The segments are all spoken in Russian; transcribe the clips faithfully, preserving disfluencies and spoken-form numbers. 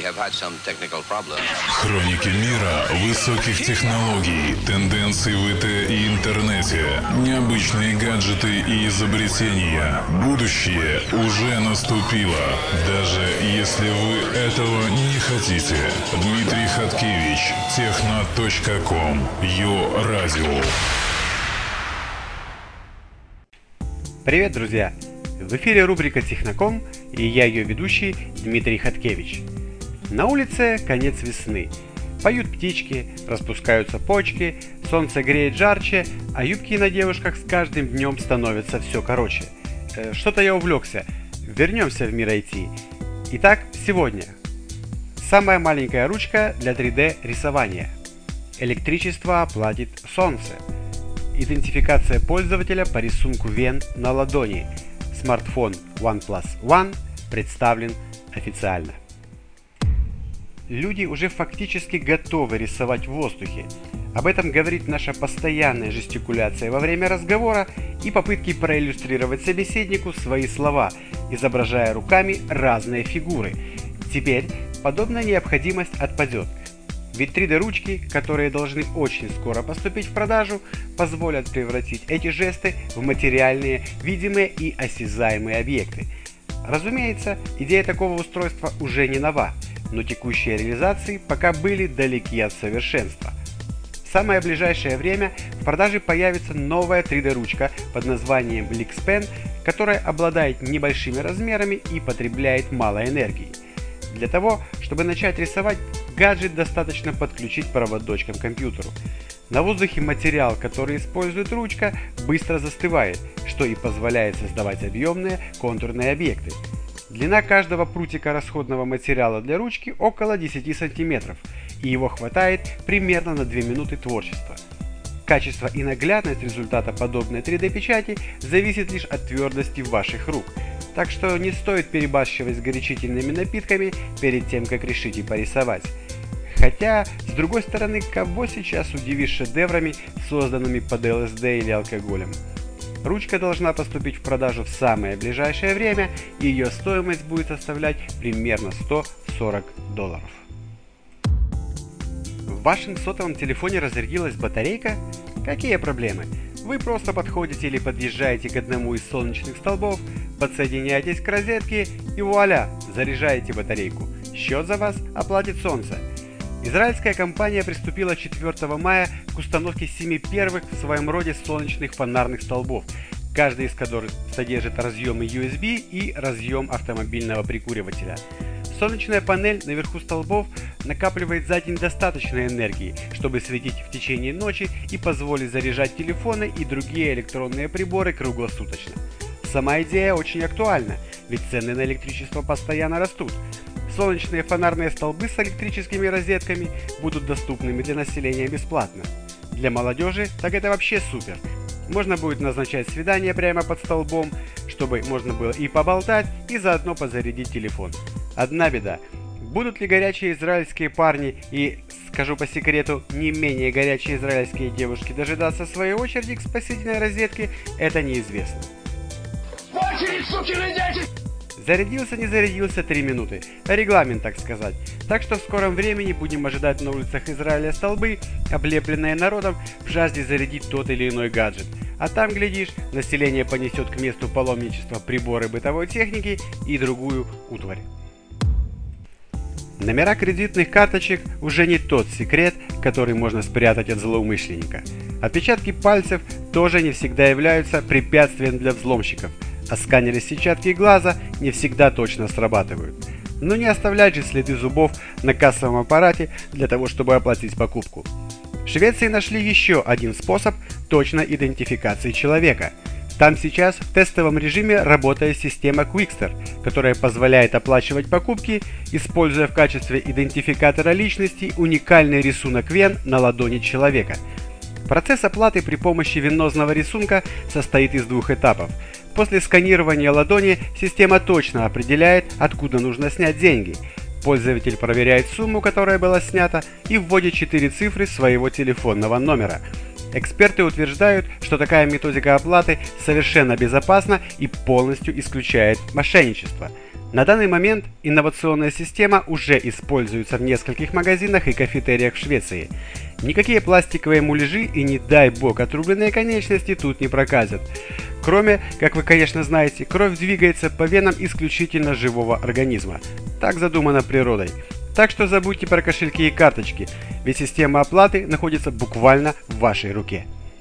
Хроники мира высоких технологий, тенденций в ИТ и интернете, необычные гаджеты и изобретения. Будущее уже наступило, даже если вы этого не хотите. Дмитрий Хаткевич, техно точка ком, Йо Радио. Привет, друзья! В эфире рубрика «Техноком» и я ее ведущий Дмитрий Хаткевич. На улице конец весны. Поют птички, распускаются почки, солнце греет жарче, а юбки на девушках с каждым днем становятся все короче. Э, что-то я увлекся. Вернемся в мир ай ти. Итак, сегодня. Самая маленькая ручка для три дэ рисования. Электричество платит солнце. Идентификация пользователя по рисунку вен на ладони. Смартфон OnePlus One представлен официально. Люди уже фактически готовы рисовать в воздухе. Об этом говорит наша постоянная жестикуляция во время разговора и попытки проиллюстрировать собеседнику свои слова, изображая руками разные фигуры. Теперь подобная необходимость отпадет. Ведь три дэ-ручки, которые должны очень скоро поступить в продажу, позволят превратить эти жесты в материальные, видимые и осязаемые объекты. Разумеется, идея такого устройства уже не нова, но текущие реализации пока были далеки от совершенства. В самое ближайшее время в продаже появится новая три дэ-ручка под названием LixPen, которая обладает небольшими размерами и потребляет мало энергии. Для того, чтобы начать рисовать, гаджет достаточно подключить проводочком к компьютеру. На воздухе материал, который использует ручка, быстро застывает, что и позволяет создавать объемные контурные объекты. Длина каждого прутика расходного материала для ручки около десяти сантиметров, и его хватает примерно на две минуты творчества. Качество и наглядность результата подобной три дэ-печати зависит лишь от твердости ваших рук. Так что не стоит перебарщивать с горячительными напитками перед тем, как решите порисовать. Хотя, с другой стороны, кого сейчас удивишь шедеврами, созданными под эл эс дэ или алкоголем? Ручка должна поступить в продажу в самое ближайшее время, и ее стоимость будет составлять примерно сто сорок долларов. В вашем сотовом телефоне разрядилась батарейка? Какие проблемы? Вы просто подходите или подъезжаете к одному из солнечных столбов, подсоединяетесь к розетке и вуаля, заряжаете батарейку. Счет за вас оплатит солнце. Израильская компания приступила четвёртого мая к установке семи первых в своем роде солнечных фонарных столбов, каждый из которых содержит разъемы ю эс би и разъем автомобильного прикуривателя. Солнечная панель наверху столбов накапливает за день достаточно энергии, чтобы светить в течение ночи и позволить заряжать телефоны и другие электронные приборы круглосуточно. Сама идея очень актуальна, ведь цены на электричество постоянно растут. Солнечные фонарные столбы с электрическими розетками будут доступными для населения бесплатно. Для молодежи так это вообще супер. Можно будет назначать свидание прямо под столбом, чтобы можно было и поболтать, и заодно позарядить телефон. Одна беда. Будут ли горячие израильские парни и, скажу по секрету, не менее горячие израильские девушки дожидаться своей очереди к спасительной розетке, это неизвестно. Очередь, сукины дети! Зарядился, не зарядился три минуты. Регламент, так сказать. Так что в скором времени будем ожидать на улицах Израиля столбы, облепленные народом в жажде зарядить тот или иной гаджет. А там, глядишь, население понесет к месту паломничества приборы бытовой техники и другую утварь. Номера кредитных карточек уже не тот секрет, который можно спрятать от злоумышленника. Отпечатки пальцев тоже не всегда являются препятствием для взломщиков, а сканеры сетчатки глаза не всегда точно срабатывают. Но не оставлять же следы зубов на кассовом аппарате для того, чтобы оплатить покупку. В Швеции нашли еще один способ точной идентификации человека. Там сейчас в тестовом режиме работает система Qwikster, которая позволяет оплачивать покупки, используя в качестве идентификатора личности уникальный рисунок вен на ладони человека. Процесс оплаты при помощи венозного рисунка состоит из двух этапов. После сканирования ладони система точно определяет, откуда нужно снять деньги. Пользователь проверяет сумму, которая была снята, и вводит четыре цифры своего телефонного номера. Эксперты утверждают, что такая методика оплаты совершенно безопасна и полностью исключает мошенничество. На данный момент инновационная система уже используется в нескольких магазинах и кафетериях в Швеции. Никакие пластиковые муляжи и, не дай бог, отрубленные конечности тут не прокатят. Кроме, как вы, конечно, знаете, кровь двигается по венам исключительно живого организма. Так задумано природой. Так что забудьте про кошельки и карточки, ведь система оплаты находится буквально в вашей руке.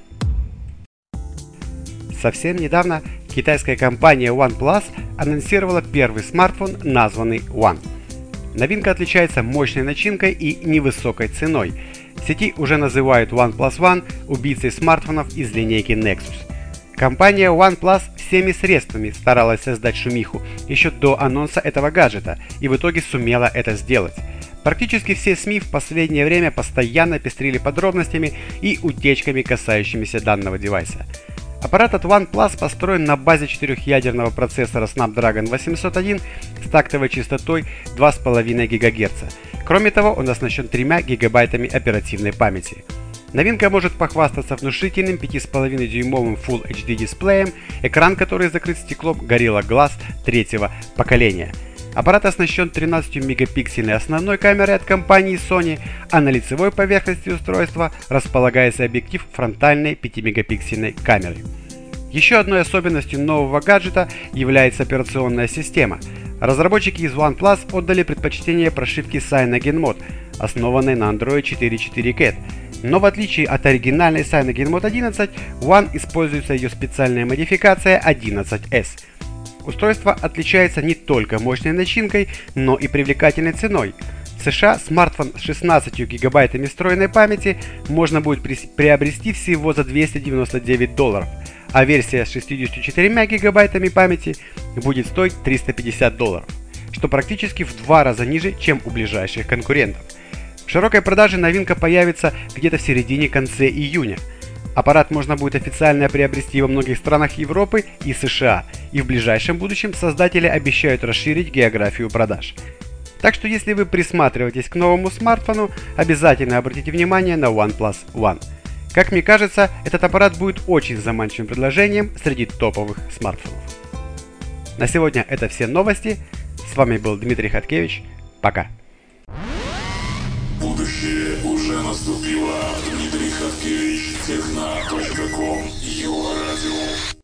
Совсем недавно китайская компания OnePlus анонсировала первый смартфон, названный One. Новинка отличается мощной начинкой и невысокой ценой. В сети уже называют OnePlus One убийцей смартфонов из линейки Nexus. Компания OnePlus всеми средствами старалась создать шумиху еще до анонса этого гаджета и в итоге сумела это сделать. Практически все СМИ в последнее время постоянно пестрили подробностями и утечками, касающимися данного девайса. Аппарат от OnePlus построен на базе четырехъядерного процессора Snapdragon восемьсот один с тактовой частотой два с половиной гигагерца. Кроме того, он оснащен тремя гигабайтами оперативной памяти. Новинка может похвастаться внушительным пяти с половиной дюймовым Full эйч ди дисплеем, экран который закрыт стеклом Gorilla Glass третьего поколения. Аппарат оснащен тринадцатимегапиксельной основной камерой от компании Sony, а на лицевой поверхности устройства располагается объектив фронтальной пятимегапиксельной камеры. Еще одной особенностью нового гаджета является операционная система. Разработчики из OnePlus отдали предпочтение прошивке CyanogenMod, основанной на Android четыре точка четыре Cat. Но в отличие от оригинальной CyanogenMod одиннадцать, One используется ее специальная модификация одиннадцать эс. Устройство отличается не только мощной начинкой, но и привлекательной ценой. В США смартфон с шестнадцатью гигабайтами встроенной памяти можно будет приобрести всего за двести девяносто девять долларов, а версия с шестьюдесятью четырьмя гигабайтами памяти будет стоить триста пятьдесят долларов, что практически в два раза ниже, чем у ближайших конкурентов. В широкой продаже новинка появится где-то в середине-конце июня. Аппарат можно будет официально приобрести во многих странах Европы и США, и в ближайшем будущем создатели обещают расширить географию продаж. Так что если вы присматриваетесь к новому смартфону, обязательно обратите внимание на OnePlus One. Как мне кажется, этот аппарат будет очень заманчивым предложением среди топовых смартфонов. На сегодня это все новости. С вами был Дмитрий Хаткевич. Пока. Будущее уже наступило. Дмитрий Хаткевич, техно точка ком, его радио.